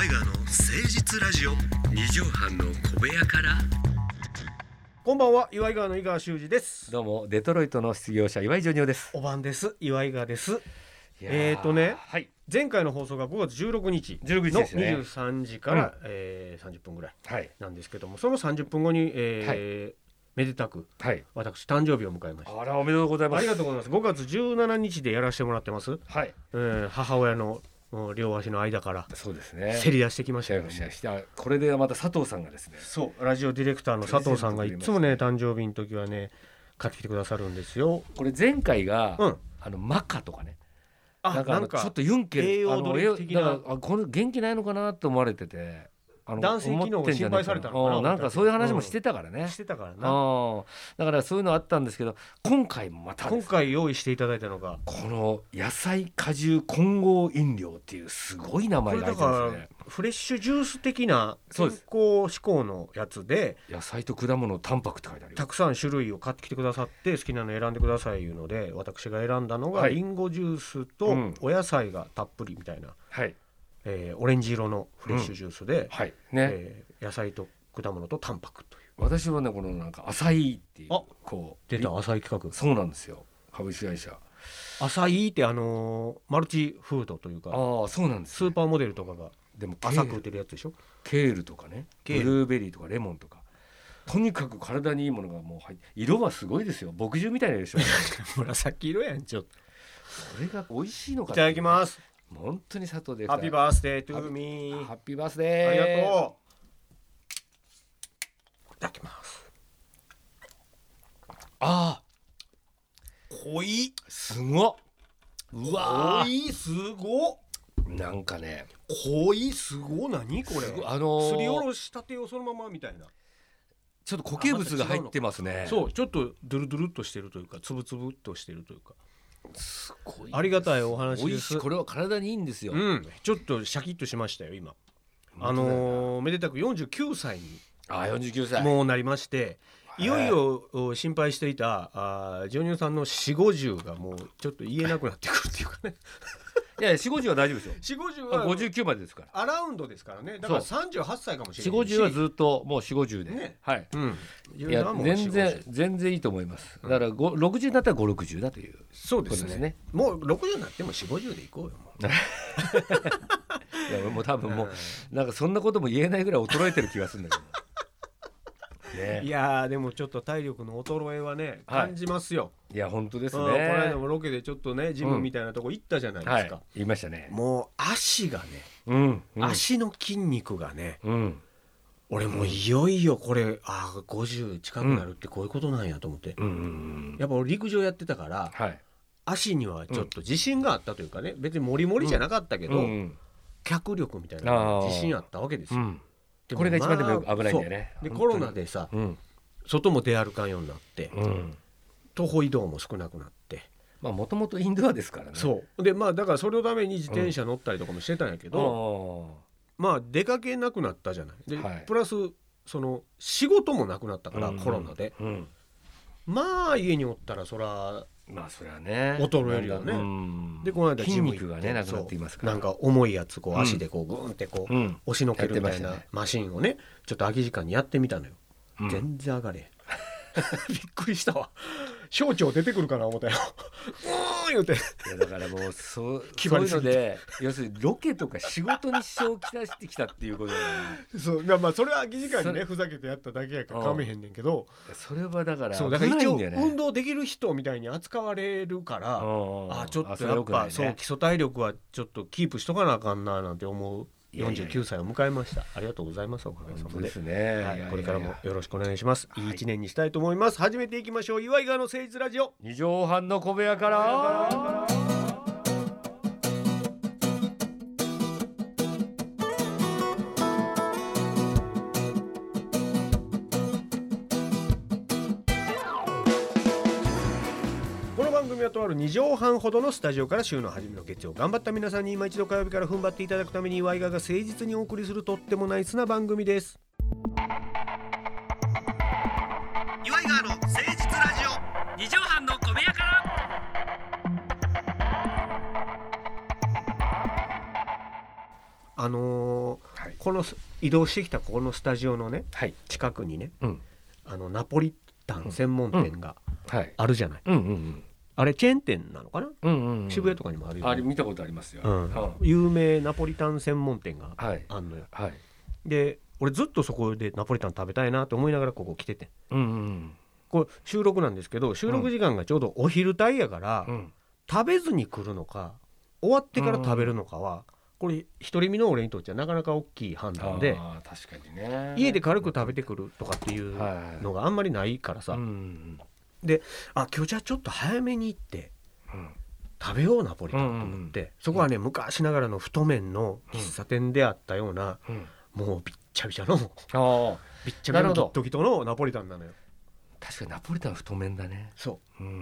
岩井川の誠実ラジオ。 二畳半の小部屋から。 こんばんは、岩井川の井川修司です。 どうも、デトロイトの失業者岩井ジョニオです。 お晩です。岩井川です。 はい、 前回の放送が5月16日の23時から、30分ぐらいなんですけども、その30分後に、めでたく、私誕生日を迎えました。 あら、おめでとうございます。 ありがとうございます。5月17日でやらせてもらってます。母親の両足の間からそうですね、 せり出してきましたよ。 これでまた佐藤さんがですね、 そうラジオディレクターの佐藤さんがいつもね、誕生日の時はね買ってきてくださるんですよ。 これ前回が、マカとかね、なんかちょっとユンケル栄養ドリンク的な、 この元気ないのかなと思われてて、 男性機能が心配されたのかな、 なんかそういう話もしてたからね、 してたからな。 だからそういうのあったんですけど、今回もまた今回用意していただいたのがこの野菜果汁混合飲料っていうすごい名前が入ってますね。 フレッシュジュース的な健康志向のやつで、 野菜と果物タンパクって書いてある。 たくさん種類を買ってきてくださって、好きなの選んでくださいいうので、私が選んだのがリンゴジュースとお野菜がたっぷりみたいな、オレンジ色のフレッシュジュースで、野菜と果物とタンパクという。 私はね、このなんかアサイっていう、 出たアサイ企画。 そうなんですよ、株式会社アサイってマルチフードというか、 そうなんです、 スーパーモデルとかがでも朝食うてるやつでしょ。 ケールとかね、ブルーベリーとかレモンとか、とにかく体にいいものがもう入って、色はすごいですよ、牧汁みたいなでしょ紫色やん。ちょっとそれが美味しいのか。 いただきます。 本当に佐藤で、 ハッピーバースデートゥーミー。 ハッピーバースデー。 ありがとう。いただきます。濃い。 すごっ。うわ濃い、すごっ。 なんかね、 濃い、すご。何これ、すりおろしたてをそのままみたいな。 ちょっと固形物が入ってますね。 そう、ちょっとドゥルドゥルっとしてるというか、つぶつぶっとしてるというか、 すごいありがたいお話です。 美味しい。これは体にいいんですよ。 ちょっとシャキッとしましたよ今。めでたく49歳に 49歳もうなりまして、いよいよ心配していたジョニオさんの4、50がもうちょっと言えなくなってくるっていうかねいや、4、50は大丈夫ですよ。 4、50は 59までですから、 アラウンドですからね。だから38歳かもしれないし、 4、50はずっともう4、50で、 ね、 いや全然いいと思います。だから60になったら5、60だというそうですね。もう60になっても4、50でいこうよもういや、もう多分もうなんかそんなことも言えないぐらい衰えてる気がするんだけどいやでもちょっと体力の衰えはね感じますよ。 いや本当ですね。 この間もロケでちょっとねジムみたいなとこ行ったじゃないですか。 言いましたね。 もう足がね、足の筋肉がね、俺もういよいよこれ50近くなるってこういうことなんやと思って、やっぱ俺陸上やってたから、足にはちょっと自信があったというかね、別にモリモリじゃなかったけど、脚力みたいな自信あったわけですよ。 これが一番でも危ないんだよね。 でコロナでさ、外も出歩かんようになって、徒歩移動も少なくなって、 もともとインドアですからね。 そうで、だからそれのために自転車乗ったりとかもしてたんやけど、出かけなくなったじゃない。で、プラスその仕事もなくなったから、コロナで、家におったらそらそれはね衰えるよね。でこの間筋肉がねなくなっていますから、 なんか重いやつ足でこうグーンってこう押しのけるみたいなマシンをね、ちょっと空き時間にやってみたのよ。全然上がれへんびっくりしたわ。小腸出てくるかな思ったよ言うて。いやだからもうそういうので、要するにロケとか仕事に支障をきたしてきたっていうことだね。 そう、それは空き時間にねふざけてやっただけやからかめへんねんけど、 それはだからだから一応運動できる人みたいに扱われるから、ちょっとやっぱそう基礎体力はちょっとキープしとかなあかんななんて思う49歳を迎えました。ありがとうございます。おかげさまでですね。 これからもよろしくお願いします。いい一年にしたいと思います。始めていきましょう。岩井川の誠実ラジオ、 2畳半の小部屋から。 この番組はとある2畳半ほどのスタジオから週の初めの月曜、頑張った皆さんに今一度火曜日から踏ん張っていただくために岩井川が誠実にお送りするとってもナイスな番組です。 岩井川の誠実ラジオ、 2畳半の小部屋から。 はい、 この移動してきたこのスタジオのね、 はい、 近くにね、 うん、 ナポリタン専門店があるじゃない、 うんうんうん、 あれチェーン店なのかな、 うんうんうん、 渋谷とかにもあるよ、ね、 あれ見たことありますよ、 うんうん、有名ナポリタン専門店があんのよ、 はいはい、 で俺ずっとそこでナポリタン食べたいなと思いながらここ来てて、 うんうん、 これ収録なんですけど収録時間がちょうどお昼帯やから、うん、食べずに来るのか終わってから食べるのかは、これ独り身の俺にとってはなかなか大きい判断で、 確かにね、 家で軽く食べてくるとかっていうのがあんまりないからさ、で今日じゃあちょっと早めに行って、うん、食べようナポリタンと思って、そこはね昔ながらの太麺の喫茶店であったような、もうびっちゃびちゃのびっちゃびちゃのギットギトのナポリタンなのよ。 確かにナポリタン太麺だね。 そう、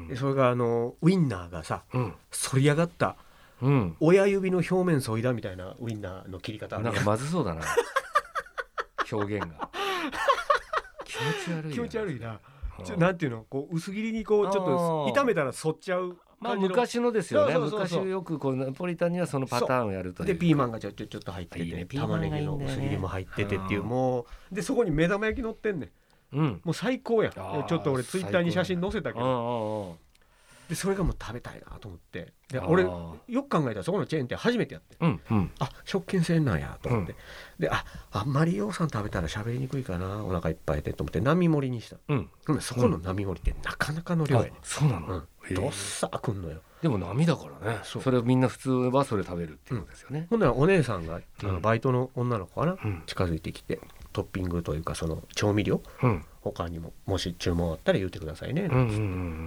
でそれがウインナーがさ、反り上がった、親指の表面削いだみたいなウインナーの切り方、 なんかまずそうだな表現が気持ち悪いな、 なんていうの、こう薄切りにこうちょっと炒めたら反っちゃう感じの、 昔のですよね。昔よくこうナポリタンにはそのパターンをやるというでピーマンがちょっと入ってて、いいね、玉ねぎの薄切りも入っててっていう、もうでそこに目玉焼き乗ってんねん、もう最高やん。ちょっと俺ツイッターに写真載せたけど、でそれがもう食べたいなと思って、で俺よく考えたらそこのチェーン店初めてやって、食券制なんやと思って、であんまりようさん食べたら喋りにくいかな、お腹いっぱいでと思って並盛りにした、そこの並盛りってなかなかの量やね、 そうなの、 どっさくんのよ。 でも並だからね、それをみんな普通はそれ食べるっていうことですよね。 ほんならお姉さんがバイトの女の子かな、近づいてきて、トッピングというかその調味料、他にももし注文あったら言ってくださいねなんつって、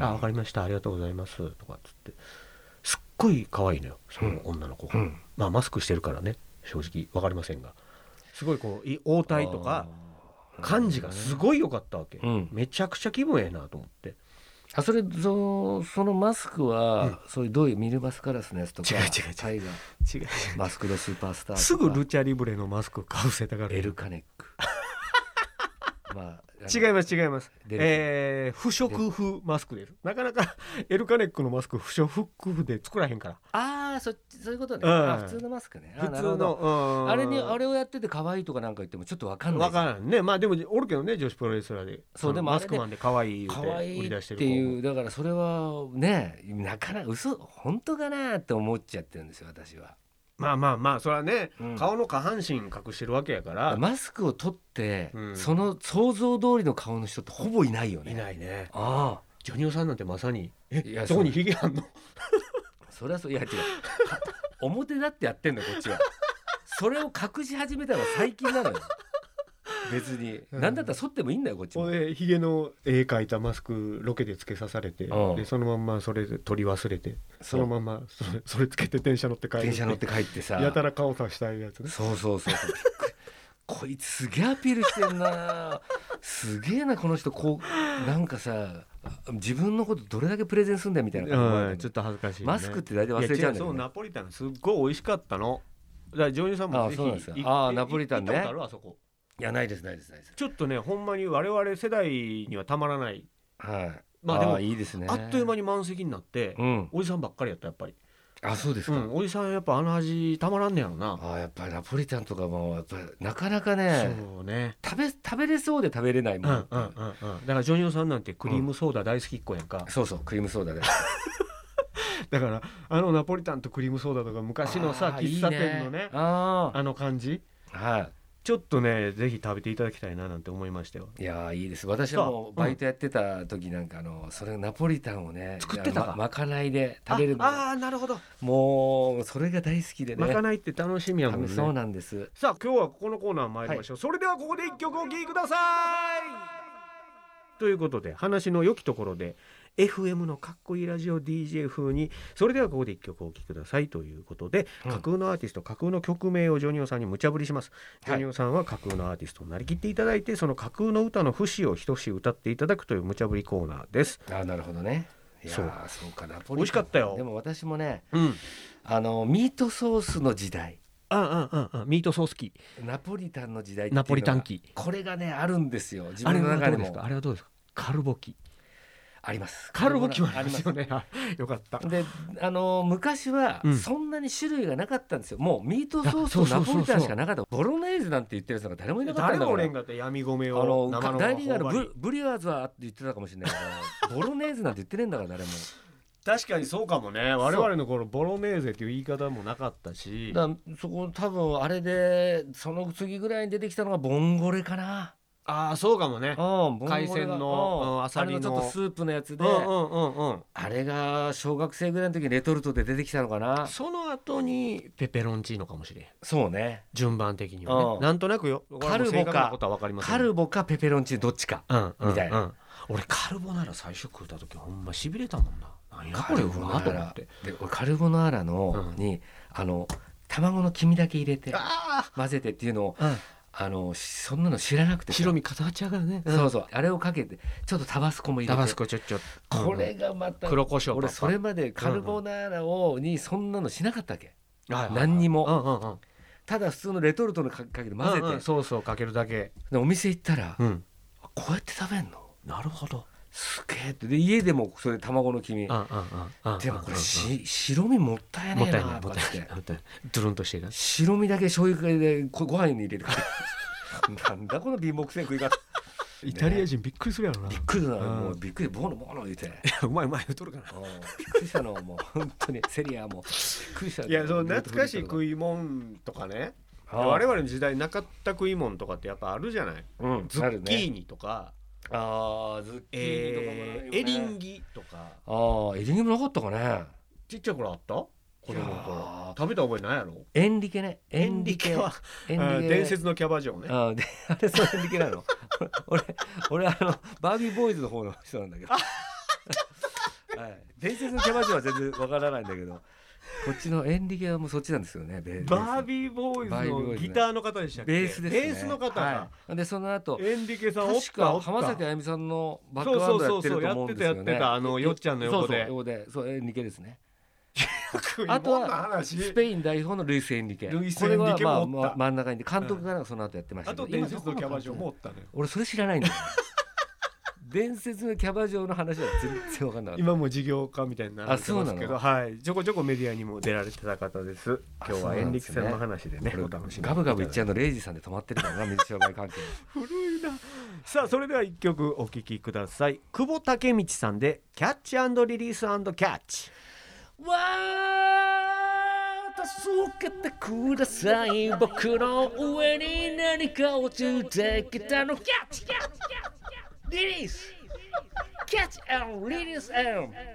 分かりましたありがとうございますとかっつって、すっごい可愛いのよその女の子が、マスクしてるからね正直分かりませんが、すごいこう応対とか感じがすごい良かったわけ、めちゃくちゃ気分ええなと思って。 そのマスクは、そういうどういうミルバスカラスのやつとか、 違うマスクのスーパースターとか、 すぐルチャリブレのマスクかぶせたがるエルカネック違います、不織布マスクです。なかなかエルカネックのマスク不織布で作らへんから。 そういうことね、普通のマスクね。 普通のあれをやってて可愛いとかなんか言ってもちょっと分かんない。 分からんね。でもおるけどね、女子プロレスラーでそうでもマスクマンで可愛い言うて売り出してるっていう、だからそれはね、なかなか本当かなって思っちゃってるんですよ私は。 まあそれはね、顔の下半身隠してるわけやから、 マスクを取って、その想像通りの顔の人ってほぼいないよね。 いないね。ジョニオさんなんてまさにそこにヒゲあんのそれはそう、いや違う表だってやってんのこっちはそれを隠し始めたのは最近なのよ別に、なんだったら剃ってもいいんだよこっちも。 ヒゲの絵描いたマスクロケでつけさされて、でそのまんまそれで取り忘れて、そのままそれつけて電車乗って帰ってさ、 やたら顔さしたいやつね。 そうこいつすげえアピールしてんなすげえなこの人、こうなんかさ自分のことどれだけプレゼンするんだよみたいな感じ、 ちょっと恥ずかしい、ね、 マスクって大体忘れちゃうんだよね。 そうナポリタンすっごい美味しかったの。だからジョニオさんもぜひナポリタンね。 行ったことある？あそこ。 いやないです。 ちょっとねほんまに我々世代にはたまらない。 でもいいですね。 あっという間に満席になって、おじさんばっかりやったやっぱり。 そうですか。 おじさんやっぱ味たまらんねやろな。 やっぱりナポリタンとかもやっぱなかなかね、 そうね、 食べれそうで食べれないもん。 だからジョニオさんなんてクリームソーダ大好きっ子やんか。 そうクリームソーダでだからナポリタンとクリームソーダとか昔のさ喫茶店のね、感じ、ちょっとねぜひ食べていただきたいななんて思いましたよ。 いやいいです。私はもうバイトやってた時なんかそれナポリタンをね作ってたか、 まかないで食べるの。 なるほど。 もうそれが大好きでね。 まかないって楽しみやもんね。 そうなんです。 さあ今日はこのコーナー参りましょう、それではここで一曲お聴きください。ということで話の良きところで FM のかっこいいラジオ DJ 風に、それではここで一曲お聴きくださいということで、架空のアーティスト架空の曲名をジョニオさんに無茶ぶりします。ジョニオさんは架空のアーティストになりきっていただいて、その架空の歌の節を一節歌っていただくという無茶ぶりコーナーです。 なるほどね。そうかナポリタン美味しかったよ。 でも私もね、ミートソースの時代、 ミートソース期、 ナポリタンの時代、 ナポリタン期、 これがねあるんですよ自分の中でも。 あれはどうですか？カルボ期。 あります。 カルボ決まりますよね。よかった。 で昔はそんなに種類がなかったんですよ、もうミートソースとナポリタンしかなかった。ボロネーゼなんて言ってる人が誰もいなかったんだから。誰もおれんかった。闇米を生の大リーガーのブリュワーズはって言ってたかもしれないからボロネーゼなんて言ってねえんだから誰も。確かにそうかもね。我々の頃ボロネーゼっていう言い方もなかったし、そこ多分あれでその次ぐらいに出てきたのがボンゴレかな。そうかもね。海鮮のアサリのちょっとスープのやつで、あれが小学生ぐらいの時にレトルトで出てきたのかな。その後にペペロンチーノかもしれん。そうね、順番的にはね、なんとなくよ。カルボかペペロンチーノどっちかみたいな。俺カルボナーラ最初食った時ほんましびれたもんな。何やこれうまと思って。でカルボナーラのに卵の黄身だけ入れて混ぜてっていうのをそんなの知らなくて、白身固まっちゃうからね。そうそう、あれをかけてちょっとタバスコも入れて、タバスコちょっこれがまた黒胡椒。俺それまでカルボナーラにそんなのしなかったっけ。何にもただ普通のレトルトのかけて混ぜて、そうそうかけるだけで。お店行ったらこうやって食べんの。なるほど、すげえって。で家でもそれ卵の黄身でもこれ白身もったいねえなとかってドゥルンとしてる白身だけ醤油でご飯に入れるなんだこの貧乏くせえ食い方。イタリア人びっくりするやろな。びっくりだな、もうびっくりボノボノ言ってうまい言うとるかな。びっくりしたのもう本当にセリアもびっくりした。いやその懐かしい食い物とかね、我々の時代なかった食い物とかってやっぱあるじゃない。ズッキーニとかズッキーニとかもないよね。エリンギとか。エリンギもなかったかね。ちっちゃい頃あった？子供の頃食べた覚えないやろ。エンリケね。エンリケは伝説のキャバ嬢ね。あれそうエンリケなの。俺バービーボーイズの方の人なんだけど。伝説のキャバ嬢は全然わからないんだけど。こっちのエンリケはもうそっちなんですよね。バービーボーイズのギターの方でしたっけ。ベースですね。ベースの方が。でその後エンリケさん確か浜崎あゆみさんのバックバンドやってると思うんですよね。やってたよっちゃんの横で。そうエンリケですね。あとはスペイン代表のルイス・エンリケ。これはまあ真ん中に監督がその後やってました。あと伝説のキャバ嬢もおったのよ。俺それ知らないんだよ。伝説のキャバ嬢の話は全然分かんなかった。今も事業家みたいになってますけど、ちょこちょこメディアにも出られてた方です。今日はエンリケさんの話でね、お楽しみ。ガブガブいっちゃうのレイジさんで止まってるからな、水商売関係。古いな。さあそれでは一曲お聴きください。久保武道さんでキャッチ&リリース&キャッチ。わー助けてください、僕の上に何か落ちてきたの。キャッチキャッチキャッチリリースキャッチ&リリース&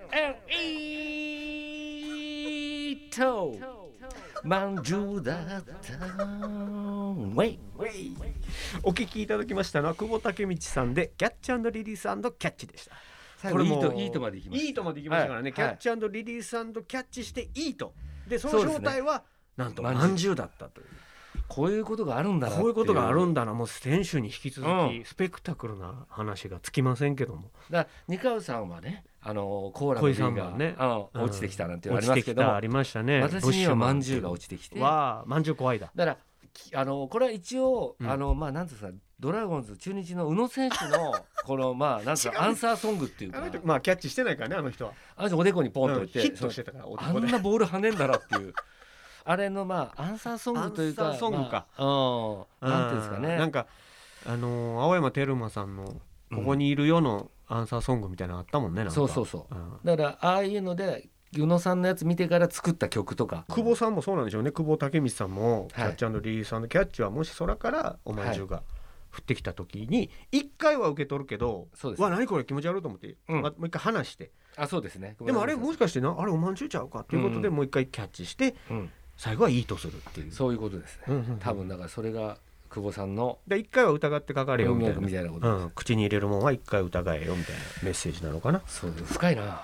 イートまんじゅうだったウェイお聞きいただきましたのは久保武道さんでキャッチ&リリース&キャッチでした。これもイートまで行きました。イートまで行きましたからね、キャッチ&リリース&キャッチしてイートで、その正体はなんとまんじゅうだったという。こういうことがあるんだな。こういうことがあるんだな。もう選手に引き続きスペクタクルな話がつきませんけども。だから二川さんはね、コーラの瓶がね落ちてきたなんてありますけど、ありましたね。私にはまんじゅうが落ちてきて。まんじゅう怖いだ。だからこれは一応なんていうんですか、ドラゴンズ中日の宇野選手のこのなんていうかアンサーソングっていうか、キャッチしてないからね、あの人は。おでこにポンといってヒットしてたから、あんなボール跳ねんだなっていう。あれのアンサーソングというか、アンサーソングか、なんていうんですかね、なんか青山テルマさんのここにいるよのアンサーソングみたいなのあったもんね。なんかそう、だからああいうので宇野さんのやつ見てから作った曲とか。久保さんもそうなんでしょうね。久保建英さんもキャッチ&リリース&キャッチはもし空からおまんじゅうが降ってきた時に1回は受け取るけど、わ何これ気持ち悪いと思ってもう一回話して、そうですね。でもあれもしかしてあれおまんじゅうちゃうかっていうことでもう一回キャッチして最後はいいとするっていう、そういうことですね。多分だからそれが久保さんの一回は疑ってかかれよみたいなこと、口に入れるもんは一回疑えよみたいなメッセージなのかな。そう深いな。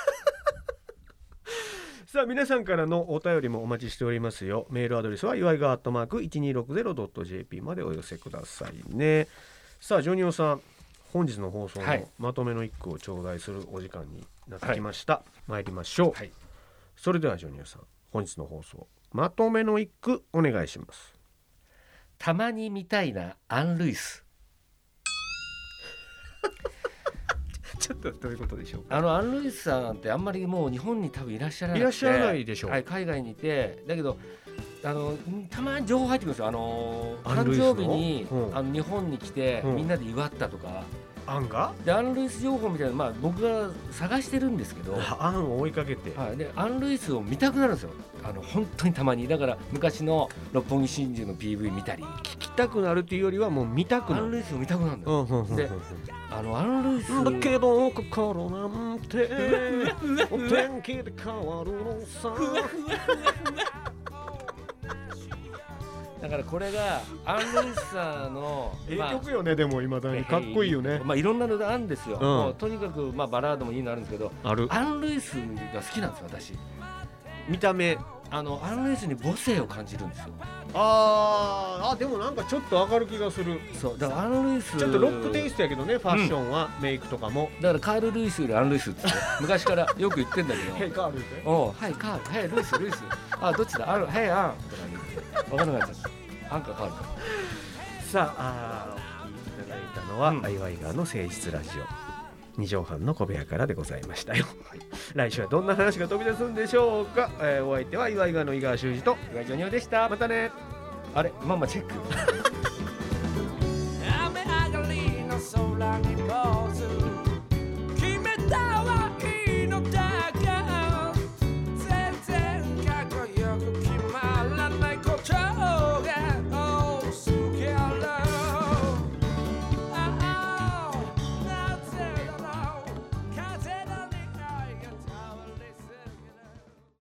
さあ皆さんからのお便りもお待ちしておりますよ。メールアドレスは祝いが@1260.jp までお寄せくださいね。さあジョニオさん、本日の放送のまとめの一句を頂戴するお時間になってきました。参りましょう。それではジョニオさん、本日の放送まとめの一句お願いします。たまに見たいなアン・ルイス。 ちょっとどういうことでしょうか。 アン・ルイスさんってあんまりもう日本に多分いらっしゃらなくて、 いらっしゃらないでしょう、 はい、海外にいて、だけどたまに情報入ってくるんですよ。誕生日に、日本に来て、みんなで祝ったとか、 アンがでアン・ルイス情報みたいな、まあ、僕が探してるんですけど、 アンを追いかけて、 はい、でアン・ルイスを見たくなるんですよ。本当にたまに。だから昔の六本木真珠の PV 見たり、 聞きたくなるというよりはもう見たくなる。 アン・ルイスを見たくなるんだよ。でアン・ルイスだけど心なんてお天気で変わるのさだからこれがアン・ルイスさんの曲よね。でも未だにかっこいいよね。 まあいろんなのがあるんですよ。もうとにかくまあバラードもいいのあるんですけど、アン・ルイスが好きなんですよ私。 見た目アン・ルイスに母性を感じるんですよ。 でもなんかちょっと上がる気がする。 そうだからアン・ルイスちょっとロックテイストやけどね、ファッションは、メイクとかも。 だからカール・ルイスよりアン・ルイスって昔からよく言ってんだけどヘイカールってはいカール、ヘイルイスどっちだヘイアンとか言って分からなかったアンかカールか。 さあお聞きいただいたのは、アイワイガーの誠実ラジオ2畳半の小部屋からでございましたよ、はい、来週はどんな話が飛び出すんでしょうか。お相手はアイワイガーの井川修司と岩井ジョニオでした。 またね。 あれママチェック